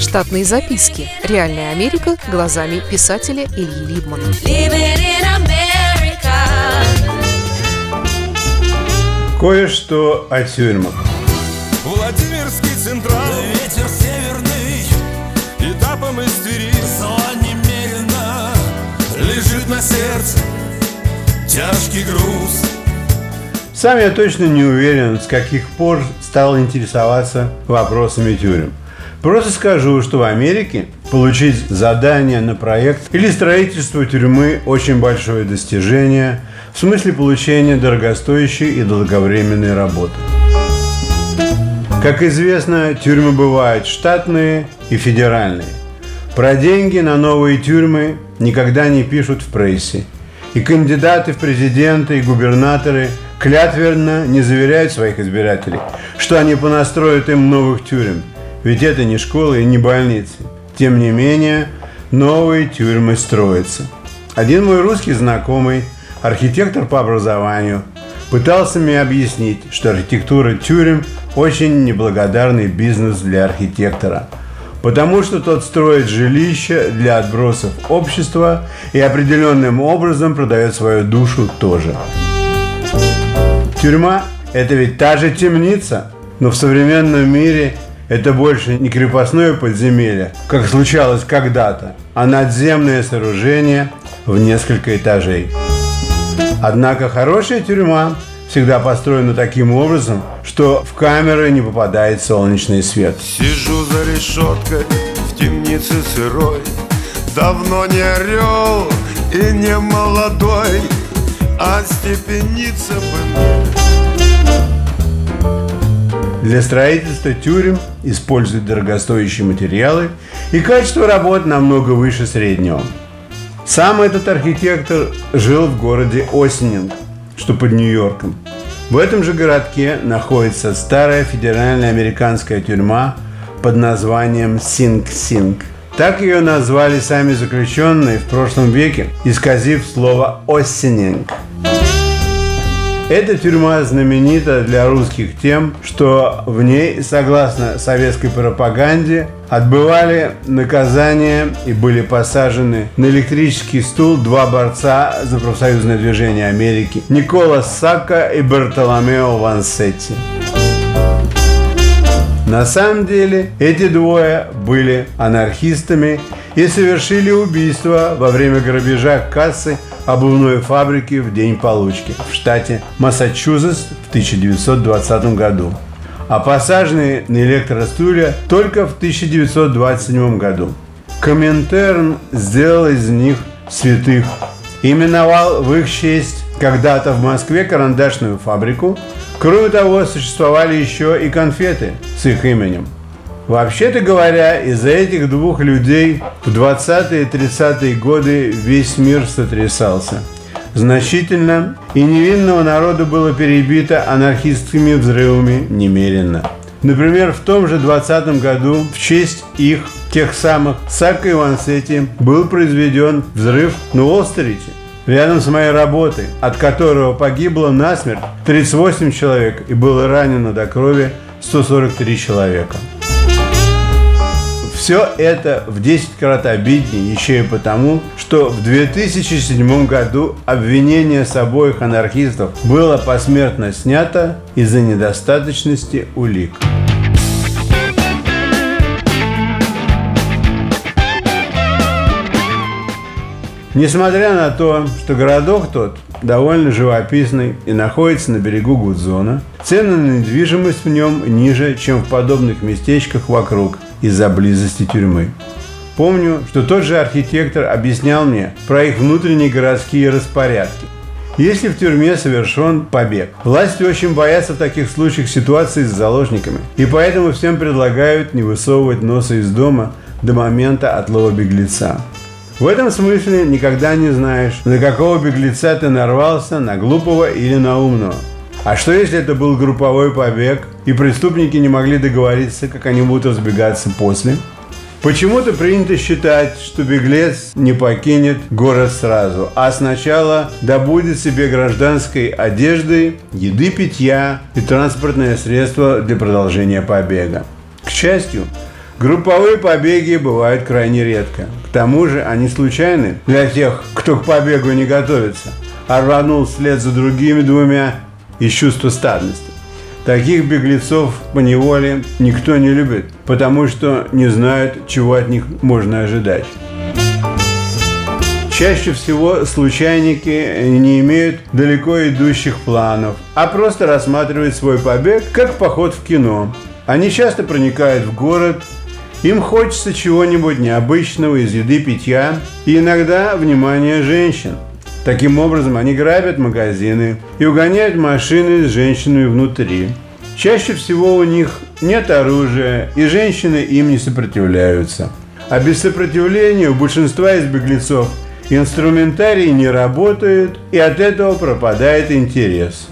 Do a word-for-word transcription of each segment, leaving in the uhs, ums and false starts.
Штатные записки. Реальная Америка глазами писателя Ильи Либмана. Кое-что о тюрьмах. Владимирский Централ, ветер северный, этапом из Твери, зла немерено, лежит на сердце тяжкий груз. Сам я точно не уверен, с каких пор стал интересоваться вопросами тюрем. Просто скажу, что в Америке получить задание на проект или строительство тюрьмы – очень большое достижение в смысле получения дорогостоящей и долговременной работы. Как известно, тюрьмы бывают штатные и федеральные. Про деньги на новые тюрьмы никогда не пишут в прессе. И кандидаты в президенты и губернаторы клятвенно не заверяют своих избирателей, что они понастроят им новых тюрем. Ведь это не школы и не больницы. Тем не менее, новые тюрьмы строятся. Один мой русский знакомый, архитектор по образованию, пытался мне объяснить, что архитектура тюрем – очень неблагодарный бизнес для архитектора, потому что тот строит жилища для отбросов общества и определенным образом продает свою душу тоже. Тюрьма – это ведь та же темница, но в современном мире это больше не крепостное подземелье, как случалось когда-то, а надземное сооружение в несколько этажей. Однако хорошая тюрьма всегда построена таким образом, что в камеры не попадает солнечный свет. Сижу за решеткой в темнице сырой, давно не орел и не молодой, а степениться бы. Для строительства тюрем используют дорогостоящие материалы, и качество работ намного выше среднего. Сам этот архитектор жил в городе Осининг, что под Нью-Йорком. В этом же городке находится старая федеральная американская тюрьма под названием Синг-Синг. Так ее назвали сами заключенные в прошлом веке, исказив слово «Осининг». Эта тюрьма знаменита для русских тем, что в ней, согласно советской пропаганде, отбывали наказание и были посажены на электрический стул два борца за профсоюзное движение Америки – Никола Сакка и Бартоломео Вансетти. На самом деле эти двое были анархистами и совершили убийство во время грабежа кассы обувной фабрики в день получки в штате Массачусетс в тысяча девятьсот двадцатом году, а посаженные на электростулья только в тысяча девятьсот двадцать седьмом году. Коминтерн сделал из них святых, именовал в их честь когда-то в Москве карандашную фабрику. Кроме того, существовали еще и конфеты с их именем. Вообще-то говоря, из-за этих двух людей в двадцатые и тридцатые годы весь мир сотрясался значительно, и невинного народа было перебито анархистскими взрывами немерено. Например, в том же двадцатом году в честь их, тех самых Сакка и Вансетти, был произведен взрыв на Уолл-стрите, рядом с моей работой, от которого погибло насмерть тридцать восемь человек и было ранено до крови сто сорок три человека. Все это в десять крат обиднее еще и потому, что в две тысячи седьмом году обвинение с обоих анархистов было посмертно снято из-за недостаточности улик. Несмотря на то, что городок тот довольно живописный и находится на берегу Гудзона, цены на недвижимость в нем ниже, чем в подобных местечках вокруг из-за близости тюрьмы. Помню, что тот же архитектор объяснял мне про их внутренние городские распорядки. Если в тюрьме совершен побег, власти очень боятся в таких случаях ситуации с заложниками, и поэтому всем предлагают не высовывать носа из дома до момента отлова беглеца. В этом смысле никогда не знаешь, на какого беглеца ты нарвался, на глупого или на умного. А что если это был групповой побег, и преступники не могли договориться, как они будут разбегаться после? Почему-то принято считать, что беглец не покинет город сразу, а сначала добудет себе гражданской одежды, еды, питья и транспортное средство для продолжения побега. К счастью, Групповые побеги бывают крайне редко. К тому же они случайны для тех, кто к побегу не готовится, а рванул вслед за другими двумя из чувства стадности. Таких беглецов поневоле никто не любит, потому что не знают, чего от них можно ожидать. Чаще всего случайники не имеют далеко идущих планов, а просто рассматривают свой побег как поход в кино. Они часто проникают в город, им хочется чего-нибудь необычного из еды, питья и иногда внимания женщин. Таким образом, они грабят магазины и угоняют машины с женщинами внутри. Чаще всего у них нет оружия, и женщины им не сопротивляются. А без сопротивления у большинства из беглецов инструментарий не работает, и от этого пропадает интерес.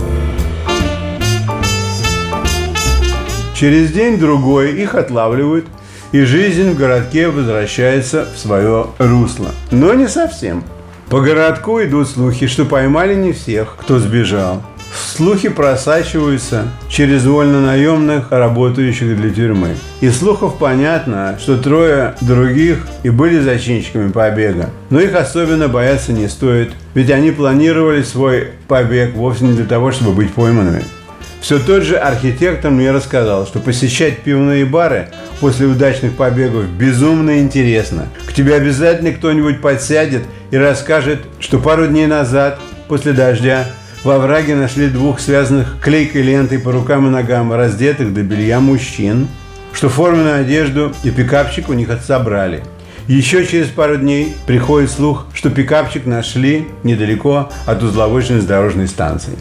Через день-другой их отлавливают, и жизнь в городке возвращается в свое русло. Но не совсем. По городку идут слухи, что поймали не всех, кто сбежал. Слухи просачиваются через вольнонаемных, работающих для тюрьмы. Из слухов понятно, что трое других и были зачинщиками побега. Но их особенно бояться не стоит, ведь они планировали свой побег вовсе не для того, чтобы быть пойманными. Все тот же архитектор мне рассказал, что посещать пивные бары после удачных побегов безумно интересно. К тебе обязательно кто-нибудь подсядет и расскажет, что пару дней назад, после дождя, во враге нашли двух связанных клейкой лентой по рукам и ногам, раздетых до белья мужчин, что форменную одежду и пикапчик у них отобрали. Еще через пару дней приходит слух, что пикапчик нашли недалеко от узловой железнодорожной станции.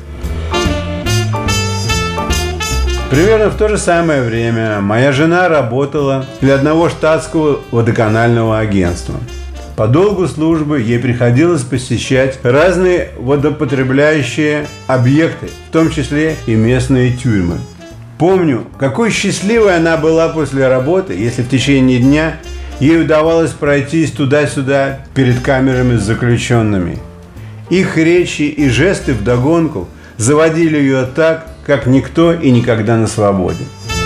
Примерно в то же самое время моя жена работала для одного штатского водоканального агентства. По долгу службы ей приходилось посещать разные водопотребляющие объекты, в том числе и местные тюрьмы. Помню, какой счастливой она была после работы, если в течение дня ей удавалось пройтись туда-сюда перед камерами с заключенными. Их речи и жесты вдогонку заводили ее так, как никто и никогда на свободе.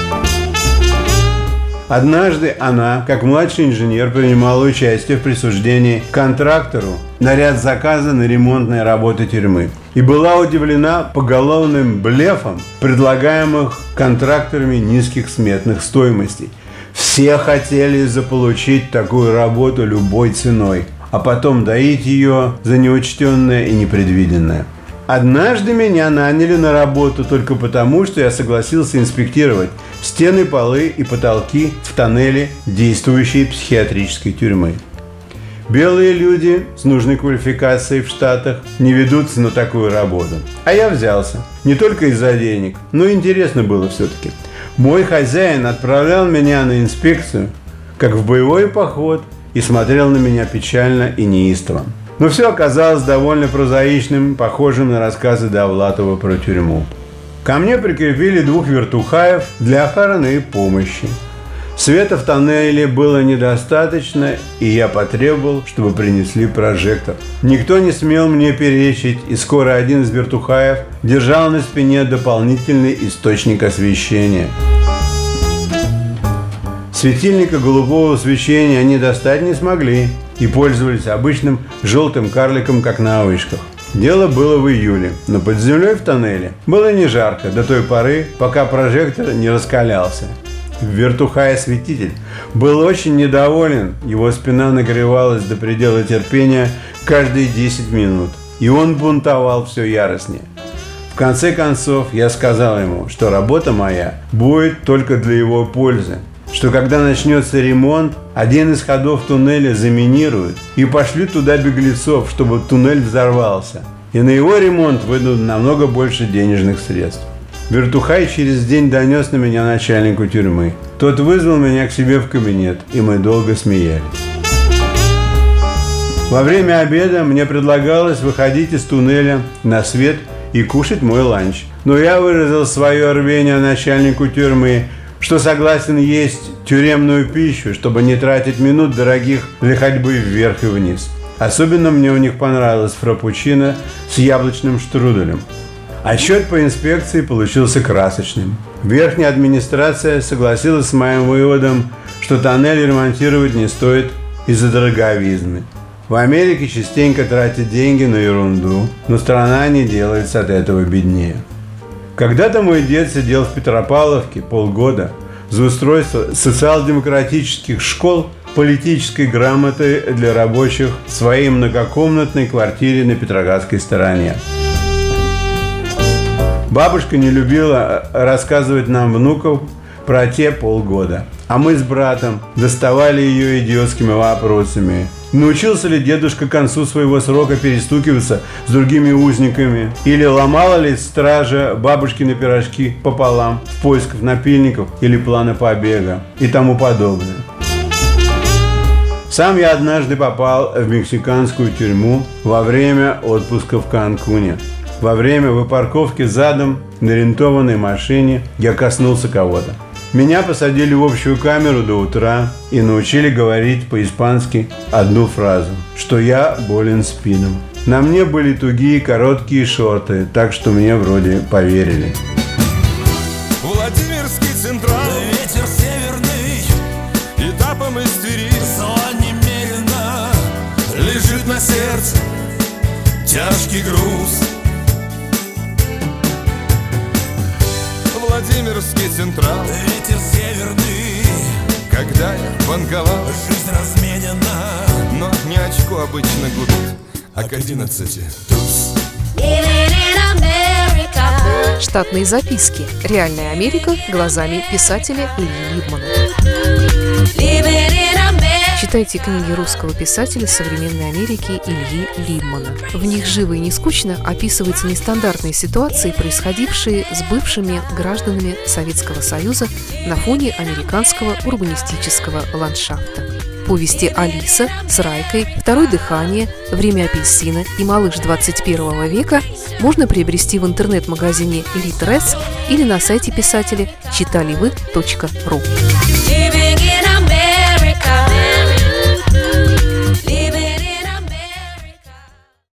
Однажды она, как младший инженер, принимала участие в присуждении контрактору на ряд заказа на ремонтные работы тюрьмы и была удивлена поголовным блефом предлагаемых контракторами низких сметных стоимостей. Все хотели заполучить такую работу любой ценой, а потом доить ее за неучтенное и непредвиденное. Однажды меня наняли на работу только потому, что я согласился инспектировать стены, полы и потолки в тоннеле действующей психиатрической тюрьмы. Белые люди с нужной квалификацией в Штатах не ведутся на такую работу. А я взялся. Не только из-за денег, но интересно было все-таки. Мой хозяин отправлял меня на инспекцию, как в боевой поход, и смотрел на меня печально и неистово. Но все оказалось довольно прозаичным, похожим на рассказы Довлатова про тюрьму. Ко мне прикрепили двух вертухаев для охраны и помощи. Света в тоннеле было недостаточно, и я потребовал, чтобы принесли прожектор. Никто не смел мне перечить, и скоро один из вертухаев держал на спине дополнительный источник освещения. Светильника голубого свечения они достать не смогли и пользовались обычным желтым карликом, как на вышках. Дело было в июле, но под землей в тоннеле было не жарко до той поры, пока прожектор не раскалялся. Вертухай-осветитель был очень недоволен, его спина нагревалась до предела терпения каждые десять минут, и он бунтовал все яростнее. В конце концов, я сказал ему, что работа моя будет только для его пользы, что когда начнется ремонт, один из ходов туннеля заминируют и пошлют туда беглецов, чтобы туннель взорвался. И на его ремонт выйдут намного больше денежных средств. Вертухай через день донес на меня начальнику тюрьмы. Тот вызвал меня к себе в кабинет, и мы долго смеялись. Во время обеда мне предлагалось выходить из туннеля на свет и кушать мой ланч. Но я выразил свое рвение начальнику тюрьмы, что согласен есть тюремную пищу, чтобы не тратить минут дорогих для ходьбы вверх и вниз. Особенно мне у них понравилось фраппучино с яблочным штруделем. Отчет по инспекции получился красочным. Верхняя администрация согласилась с моим выводом, что тоннель ремонтировать не стоит из-за дороговизны. В Америке частенько тратят деньги на ерунду, но страна не делается от этого беднее. Когда-то мой дед сидел в Петропавловке полгода за устройство социал-демократических школ политической грамоты для рабочих в своей многокомнатной квартире на Петроградской стороне. Бабушка не любила рассказывать нам, внуков, про те полгода. А мы с братом доставали ее идиотскими вопросами. Научился ли дедушка к концу своего срока перестукиваться с другими узниками? Или ломала ли стража бабушкины пирожки пополам в поисках напильников или плана побега и тому подобное? Сам я однажды попал в мексиканскую тюрьму во время отпуска в Канкуне. Во время выпарковки задом на рентованной машине я коснулся кого-то. Меня посадили в общую камеру до утра и научили говорить по-испански одну фразу, что я болен спином. На мне были тугие короткие шорты, так что мне вроде поверили. Владимирский централ, ветер северный, этапом из Твери, зла немерено, лежит на сердце тяжкий груз. Владимирский централ, ветер северный, когда я банковал, жизнь разменена, но не очко обычно губит, а к одиннадцати туз. Штатные записки. Реальная Америка глазами писателя Ильи Либмана. Читайте книги русского писателя современной Америки Ильи Либмана. В них живо и не скучно описываются нестандартные ситуации, происходившие с бывшими гражданами Советского Союза на фоне американского урбанистического ландшафта. Повести «Алиса» с Райкой, «Второе дыхание», «Время апельсина» и «Малыш двадцать первого века» можно приобрести в интернет-магазине Литрес или на сайте писателя читаливы точка ру.